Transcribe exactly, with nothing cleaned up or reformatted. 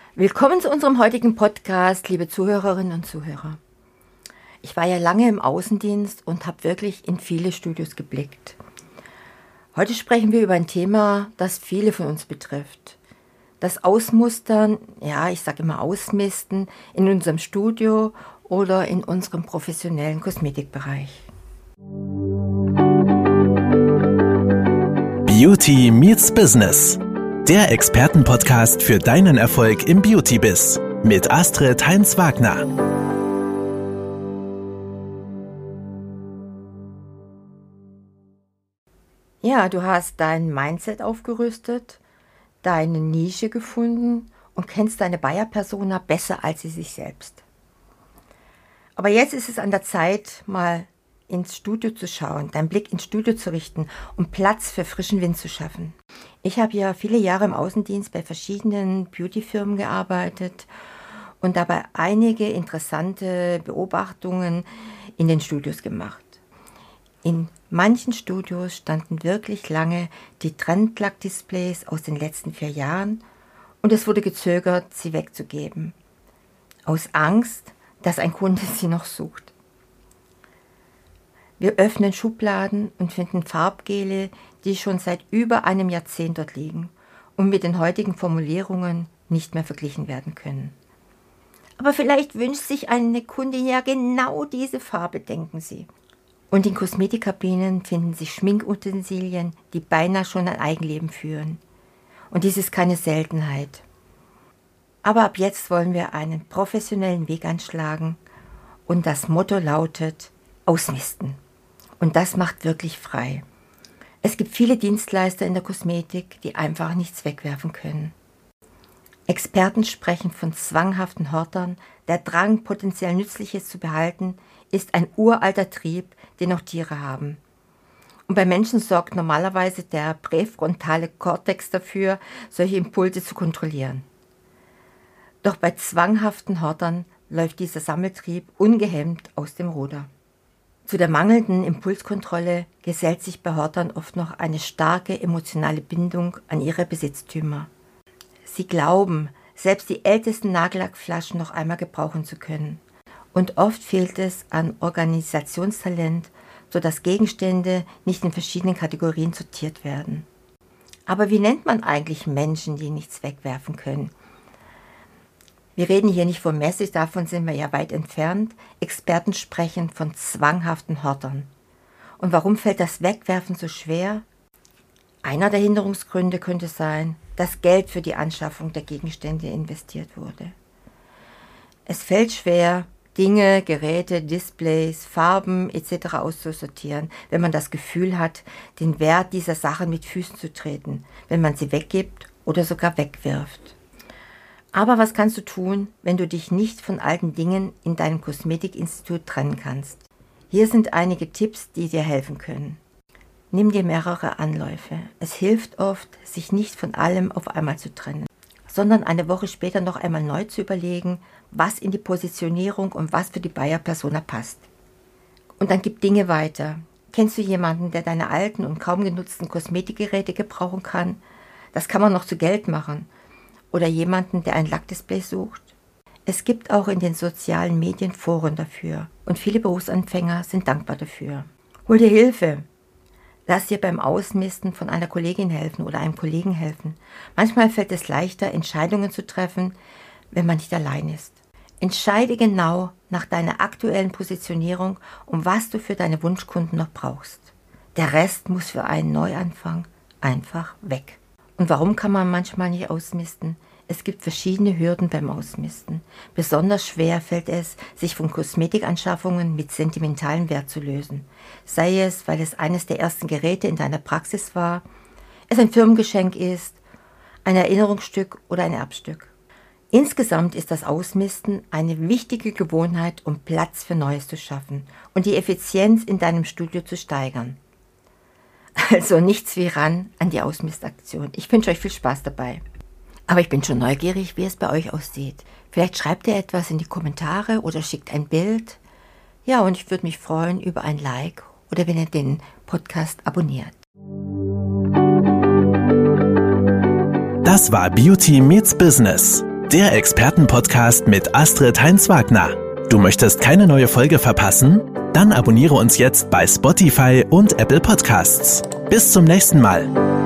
Willkommen zu unserem heutigen Podcast, liebe Zuhörerinnen und Zuhörer. Ich war ja lange im Außendienst und habe wirklich in viele Studios geblickt. Heute sprechen wir über ein Thema, das viele von uns betrifft. Das Ausmustern, ja, ich sage immer Ausmisten, in unserem Studio oder in unserem professionellen Kosmetikbereich. Beauty meets Business. Der Expertenpodcast für deinen Erfolg im Beauty-Biz mit Astrid Heinz-Wagner. Ja, du hast dein Mindset aufgerüstet, deine Nische gefunden und kennst deine Buyer-Persona besser als sie sich selbst. Aber jetzt ist es an der Zeit, mal ins Studio zu schauen, deinen Blick ins Studio zu richten und Platz für frischen Wind zu schaffen. Ich habe ja viele Jahre im Außendienst bei verschiedenen Beauty-Firmen gearbeitet und dabei einige interessante Beobachtungen in den Studios gemacht. In manchen Studios standen wirklich lange die Trendlack-Displays aus den letzten vier Jahren und es wurde gezögert, sie wegzugeben. Aus Angst, dass ein Kunde sie noch sucht. Wir öffnen Schubladen und finden Farbgele, die schon seit über einem Jahrzehnt dort liegen und mit den heutigen Formulierungen nicht mehr verglichen werden können. Aber vielleicht wünscht sich eine Kundin ja genau diese Farbe, denken Sie. Und in Kosmetikkabinen finden sich Schminkutensilien, die beinahe schon ein Eigenleben führen. Und dies ist keine Seltenheit. Aber ab jetzt wollen wir einen professionellen Weg einschlagen und das Motto lautet: Ausmisten. Und das macht wirklich frei. Es gibt viele Dienstleister in der Kosmetik, die einfach nichts wegwerfen können. Experten sprechen von zwanghaften Hortern. Der Drang, potenziell Nützliches zu behalten, ist ein uralter Trieb, den auch Tiere haben. Und bei Menschen sorgt normalerweise der präfrontale Kortex dafür, solche Impulse zu kontrollieren. Doch bei zwanghaften Hortern läuft dieser Sammeltrieb ungehemmt aus dem Ruder. Zu der mangelnden Impulskontrolle gesellt sich bei Hortern oft noch eine starke emotionale Bindung an ihre Besitztümer. Sie glauben, selbst die ältesten Nagellackflaschen noch einmal gebrauchen zu können. Und oft fehlt es an Organisationstalent, sodass Gegenstände nicht in verschiedenen Kategorien sortiert werden. Aber wie nennt man eigentlich Menschen, die nichts wegwerfen können? Wir reden hier nicht von Message, davon sind wir ja weit entfernt. Experten sprechen von zwanghaften Hortern. Und warum fällt das Wegwerfen so schwer? Einer der Hinderungsgründe könnte sein, dass Geld für die Anschaffung der Gegenstände investiert wurde. Es fällt schwer, Dinge, Geräte, Displays, Farben et cetera auszusortieren, wenn man das Gefühl hat, den Wert dieser Sachen mit Füßen zu treten, wenn man sie weggibt oder sogar wegwirft. Aber was kannst du tun, wenn du dich nicht von alten Dingen in deinem Kosmetikinstitut trennen kannst? Hier sind einige Tipps, die dir helfen können. Nimm dir mehrere Anläufe. Es hilft oft, sich nicht von allem auf einmal zu trennen, sondern eine Woche später noch einmal neu zu überlegen, was in die Positionierung und was für die Buyer-Persona passt. Und dann gib Dinge weiter. Kennst du jemanden, der deine alten und kaum genutzten Kosmetikgeräte gebrauchen kann? Das kann man noch zu Geld machen. Oder jemanden, der ein Lackdisplay sucht. Es gibt auch in den sozialen Medien Foren dafür und viele Berufsanfänger sind dankbar dafür. Hol dir Hilfe. Lass dir beim Ausmisten von einer Kollegin helfen oder einem Kollegen helfen. Manchmal fällt es leichter, Entscheidungen zu treffen, wenn man nicht allein ist. Entscheide genau nach deiner aktuellen Positionierung und was du für deine Wunschkunden noch brauchst. Der Rest muss für einen Neuanfang einfach weg. Und warum kann man manchmal nicht ausmisten? Es gibt verschiedene Hürden beim Ausmisten. Besonders schwer fällt es, sich von Kosmetikanschaffungen mit sentimentalem Wert zu lösen. Sei es, weil es eines der ersten Geräte in deiner Praxis war, es ein Firmengeschenk ist, ein Erinnerungsstück oder ein Erbstück. Insgesamt ist das Ausmisten eine wichtige Gewohnheit, um Platz für Neues zu schaffen und die Effizienz in deinem Studio zu steigern. Also nichts wie ran an die Ausmistaktion. Ich wünsche euch viel Spaß dabei. Aber ich bin schon neugierig, wie es bei euch aussieht. Vielleicht schreibt ihr etwas in die Kommentare oder schickt ein Bild. Ja, und ich würde mich freuen über ein Like oder wenn ihr den Podcast abonniert. Das war Beauty meets Business. der Expertenpodcast mit Astrid Heinz-Wagner. Du möchtest keine neue Folge verpassen? Dann abonniere uns jetzt bei Spotify und Apple Podcasts. Bis zum nächsten Mal.